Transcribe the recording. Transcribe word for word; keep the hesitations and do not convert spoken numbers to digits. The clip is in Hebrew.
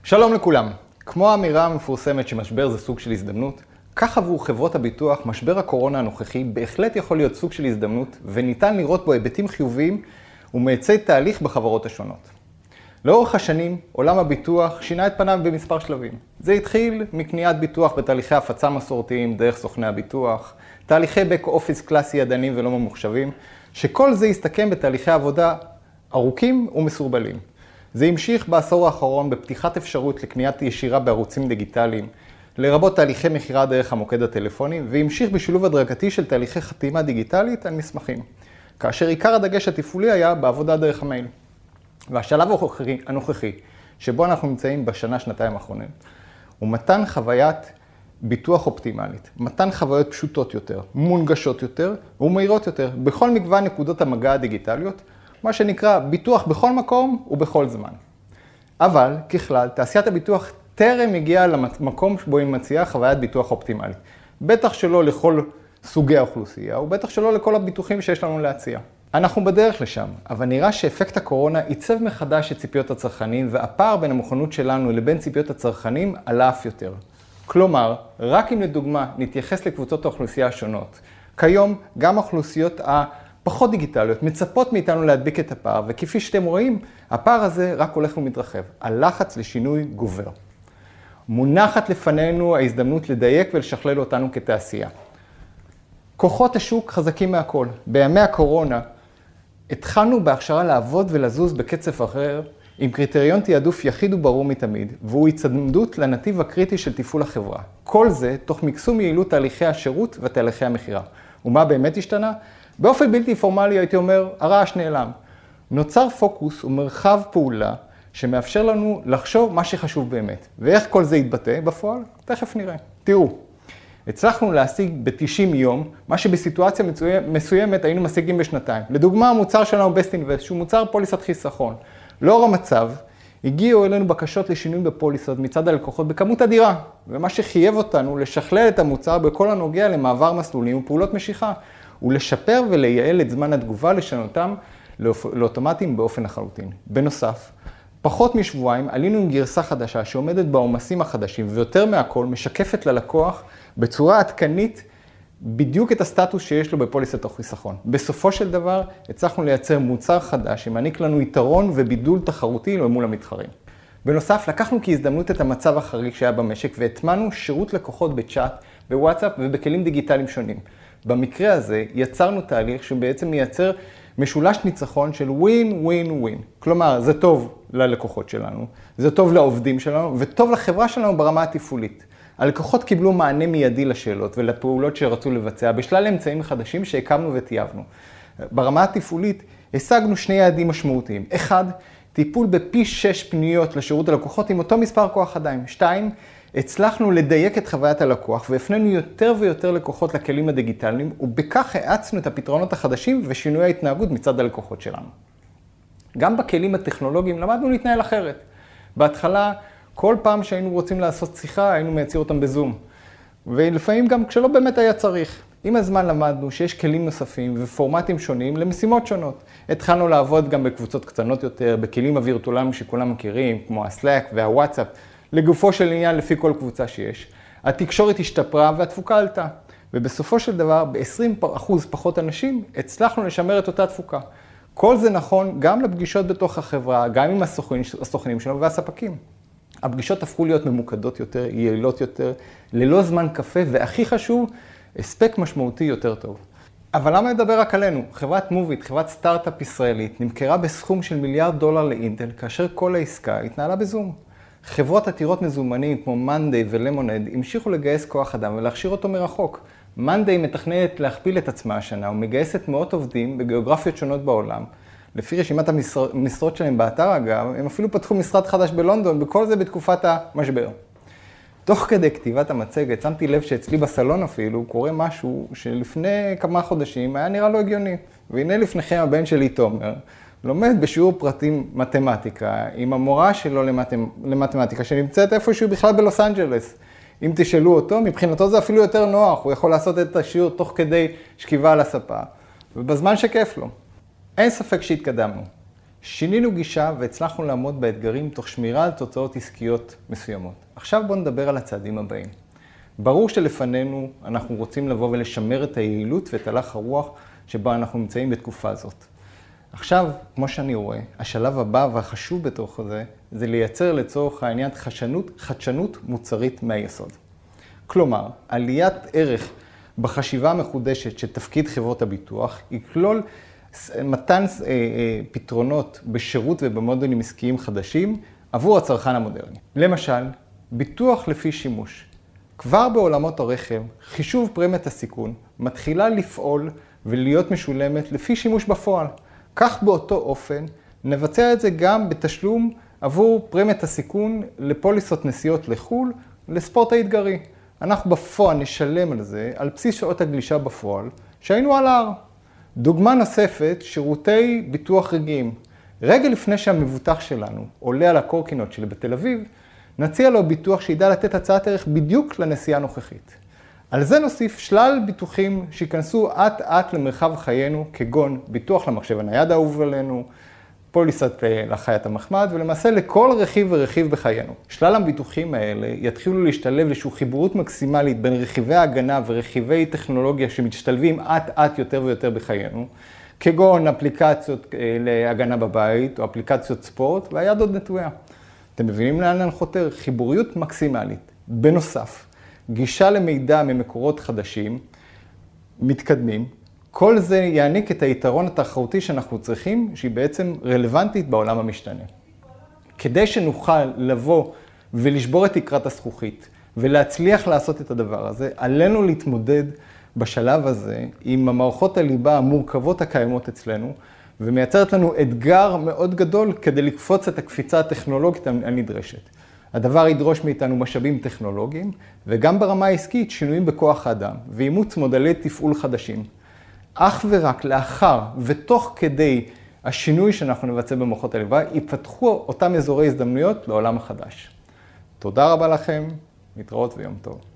שלום לכולם. כמו האמירה המפורסמת שמשבר זה סוג של הזדמנות, כך עבור חברות הביטוח, משבר הקורונה הנוכחי בהחלט יכול להיות סוג של הזדמנות, וניתן לראות בו היבטים חיוביים ומאיצי תהליך בחברות השונות. לאורך השנים, עולם הביטוח שינה את פניו במספר שלבים. זה התחיל מקניית ביטוח בתהליכי הפצה מסורתיים דרך סוכני הביטוח, תהליכי בק אופיס קלאסי ידניים ולא ממוחשבים, שכל זה הסתכם בתהליכי עבודה ארוכים ומסורבלים. זה המשיך בעשור האחרון בפתיחת אפשרות לקניית ישירה בערוצים דיגיטליים, לרבות תהליכי מחירה דרך המוקד הטלפוני, והמשיך בשילוב הדרגתי של תהליכי חתימה דיגיטלית על מסמכים, כאשר עיקר הדגש התפעולי היה בעבודה דרך המייל. והשלב הנוכחי, הנוכחי שבו אנחנו נמצאים בשנה, שנתיים האחרונים, הוא מתן חוויית ביטוח אופטימלית, מתן חוויות פשוטות יותר, מונגשות יותר ומהירות יותר, בכל מגוון נקודות המגע הדיגיטליות, מה שנקרא ביטוח בכל מקום ובכל זמן. אבל, ככלל, תעשיית הביטוח טרם הגיעה למקום שבו היא מציעה חוויית ביטוח אופטימלית. בטח שלא לכל סוגי האוכלוסייה, ובטח שלא לכל הביטוחים שיש לנו להציע. אנחנו בדרך לשם, אבל נראה שאפקט הקורונה עיצב מחדש את ציפיות הצרכנים, והפער בין המוכנות שלנו לבין ציפיות הצרכנים עלה אף יותר. כלומר, רק אם לדוגמה נתייחס לקבוצות האוכלוסייה השונות, כיום גם האוכלוסיות הפחות דיגיטליות מצפות מאיתנו להדביק את הפער, וכפי שאתם רואים, הפער הזה רק הולך ומתרחב. הלחץ לשינוי גובר. מונחת לפנינו ההזדמנות לדייק ולשכלל אותנו כתעשייה. כוחות השוק חזקים מהכל. בימי הקורונה התחלנו בהכשרה לעבוד ולזוז בקצב אחר, עם קריטריון תיעדוף יחיד וברור מתמיד, והוא הצמדות לנתיב הקריטי של תפעול החברה. כל זה תוך מקסום יעילות תהליכי השירות ותהליכי המחירה. ומה באמת השתנה? באופן בלתי פורמלי הייתי אומר, הרעש נעלם. נוצר פוקוס ומרחב פעולה שמאפשר לנו לחשוב מה שחשוב באמת. ואיך כל זה יתבטא בפועל? תכף נראה. תראו, הצלחנו להשיג ב-תשעים יום, מה שבסיטואציה מסוימת היינו משיגים בשנתיים. לדוגמה, המוצר שלנו Best Invest, שהוא מוצר פוליסת חיסכון. לאור המצב, הגיעו אלינו בקשות לשינוי בפוליסות מצד הלקוחות בכמות אדירה, ומה שחייב אותנו לשכלל את המוצר בכל הנוגע למעבר מסלולים ופעולות משיכה, ולשפר ולייעל את זמן התגובה לשנותם לאוטומטיים באופן לחלוטין. בנוסף, פחות משבועיים עלינו עם גרסה חדשה שעומדת בעומסים החדשים, ויותר מהכל משקפת ללקוח בצורה עדכנית בדיוק את הסטטוס שיש לו בפוליסת החיסכון. בסופו של דבר, הצלחנו לייצר מוצר חדש שמעניק לנו יתרון ובידול תחרותי מול המתחרים. בנוסף, לקחנו כהזדמנות את המצב החריג שהיה במשק והטמענו שירות לקוחות בצ'אט, בוואטסאפ ובכלים דיגיטליים שונים. במקרה הזה, יצרנו תהליך שבעצם מייצר משולש ניצחון של ווין ווין ווין. כלומר, זה טוב ללקוחות שלנו, זה טוב לעובדים שלנו וטוב לחברה שלנו ברמה התפעולית. הלקוחות קיבלו מענה מיידי לשאלות ולפעולות שרצו לבצע בשלל אמצעים חדשים שהקמנו וטייבנו. ברמה התפעולית השגנו שני יעדים משמעותיים. אחד, טיפול בפי שש פניות לשירות הלקוחות עם אותו מספר כוח אדם. שתיים, הצלחנו לדייק את חוויית הלקוח והפנינו יותר ויותר לקוחות לכלים הדיגיטליים, ובכך האצנו את הפתרונות החדשים ושינוי ההתנהגות מצד הלקוחות שלנו. גם בכלים הטכנולוגיים למדנו להתנהל אחרת. בהתחלה, כל פעם שהיינו רוצים לעשות שיחה, היינו מייצר אותם בזום. ולפעמים גם כשלא באמת היה צריך. עם הזמן למדנו שיש כלים נוספים ופורמטים שונים למשימות שונות. התחלנו לעבוד גם בקבוצות קטנות יותר, בכלים הווירטואליים שכולם מכירים, כמו הסלאק והוואטסאפ, לגופו של עניין לפי כל קבוצה שיש. התקשורת השתפרה והתפוקה עלתה. ובסופו של דבר, ב-עשרים אחוז פחות אנשים, הצלחנו לשמר את אותה תפוקה. כל זה נכון גם לפגישות בתוך החברה, גם עם הסוכנים, הסוכנים שלנו והספקים. הפגישות הפכו להיות ממוקדות יותר, יעילות יותר, ללא זמן קפה, והכי חשוב, הספק משמעותי יותר טוב. אבל למה לדבר רק עלינו? חברת מוביט, חברת סטארט-אפ ישראלית, נמכרה בסכום של מיליארד דולר לאינטל, כאשר כל העסקה התנהלה בזום. חברות עתירות מזומנים כמו מאנדיי ולמונד המשיכו לגייס כוח אדם ולהכשיר אותו מרחוק. מאנדיי מתכננת להכפיל את עצמה השנה ומגייסת מאות עובדים בגיאוגרפיות שונות בעולם. לפי רשימת המשרות שלהם באתר אגב, הם אפילו פתחו משרד חדש בלונדון, בכל זה בתקופת המשבר. תוך כדי כתיבת המצגת, שמתי לב שאצלי בסלון אפילו קורה משהו שלפני כמה חודשים היה נראה לא הגיוני. והנה לפניכם הבן שלי תומר, לומד בשיעור פרטים מתמטיקה, עם המורה שלו למתמטיקה, שנמצאת איפשהו בכלל בלוס אנג'לס. אם תשאלו אותו, מבחינתו זה אפילו יותר נוח, הוא יכול לעשות את השיעור תוך כדי שכיבה על הספה, ובזמן שכיף לו. אין ספק שהתקדמנו. שינינו גישה והצלחנו לעמוד באתגרים תוך שמירה על תוצאות עסקיות מסוימות. עכשיו בואו נדבר על הצעדים הבאים. ברור שלפנינו אנחנו רוצים לבוא ולשמר את היעילות ואת הלך הרוח שבה אנחנו נמצאים בתקופה הזאת. עכשיו, כמו שאני רואה, השלב הבא והחשוב בתוך זה, זה לייצר לצורך העניין חדשנות, חדשנות מוצרית מהיסוד. כלומר, עליית ערך בחשיבה המחודשת של תפקיד חברות הביטוח, יכלול מתן פתרונות בשירות ובמודלים עסקיים חדשים עבור הצרכן המודרני. למשל, ביטוח לפי שימוש. כבר בעולמות הרכב, חישוב פרמיית הסיכון מתחילה לפעול ולהיות משולמת לפי שימוש בפועל. כך באותו אופן נבצע את זה גם בתשלום עבור פרמיית הסיכון לפוליסות נסיעות לחו"ל לספורט האתגרי. אנחנו בפועל נשלם על זה על בסיס שעות הגלישה בפועל שהיינו על ההר. דוגמה נוספת, שירותי ביטוח רגעיים. רגע לפני שהמבוטח שלנו עולה על הקורקינט שלי בתל אביב, נציע לו ביטוח שידע לתת הצעת ערך בדיוק לנסיעה הנוכחית. על זה נוסיף שלל ביטוחים שיכנסו אט אט למרחב חיינו, כגון ביטוח למחשב הנייד האהוב עלינו, פוליסת לחיית המחמד, ולמעשה לכל רכיב ורכיב בחיינו. שלל הביטוחים האלה יתחילו להשתלב לאיזושהי חיבוריות מקסימלית בין רכיבי ההגנה ורכיבי טכנולוגיה שמשתלבים אט אט יותר ויותר בחיינו, כגון אפליקציות להגנה בבית או אפליקציות ספורט, והיד עוד נטויה. אתם מבינים לאן אני חותר? חיבוריות מקסימלית. בנוסף, גישה למידע ממקורות חדשים, מתקדמים, כל זה יעניק את היתרון התחרותי שאנחנו צריכים, שהיא בעצם רלוונטית בעולם המשתנה. כדי שנוכל לבוא ולשבור את תקרת הזכוכית ולהצליח לעשות את הדבר הזה, עלינו להתמודד בשלב הזה עם המערכות הליבה המורכבות הקיימות אצלנו, ומייצרת לנו אתגר מאוד גדול כדי לקפוץ את הקפיצה הטכנולוגית הנדרשת. הדבר ידרוש מאיתנו משאבים טכנולוגיים, וגם ברמה העסקית שינויים בכוח האדם, ואימוץ מודלי תפעול חדשים. אך ורק לאחר ותוך כדי השינוי שאנחנו נבצע במערכות הליבה, ייפתחו אותם אזורי הזדמנויות לעולם החדש. תודה רבה לכם, להתראות ויום טוב.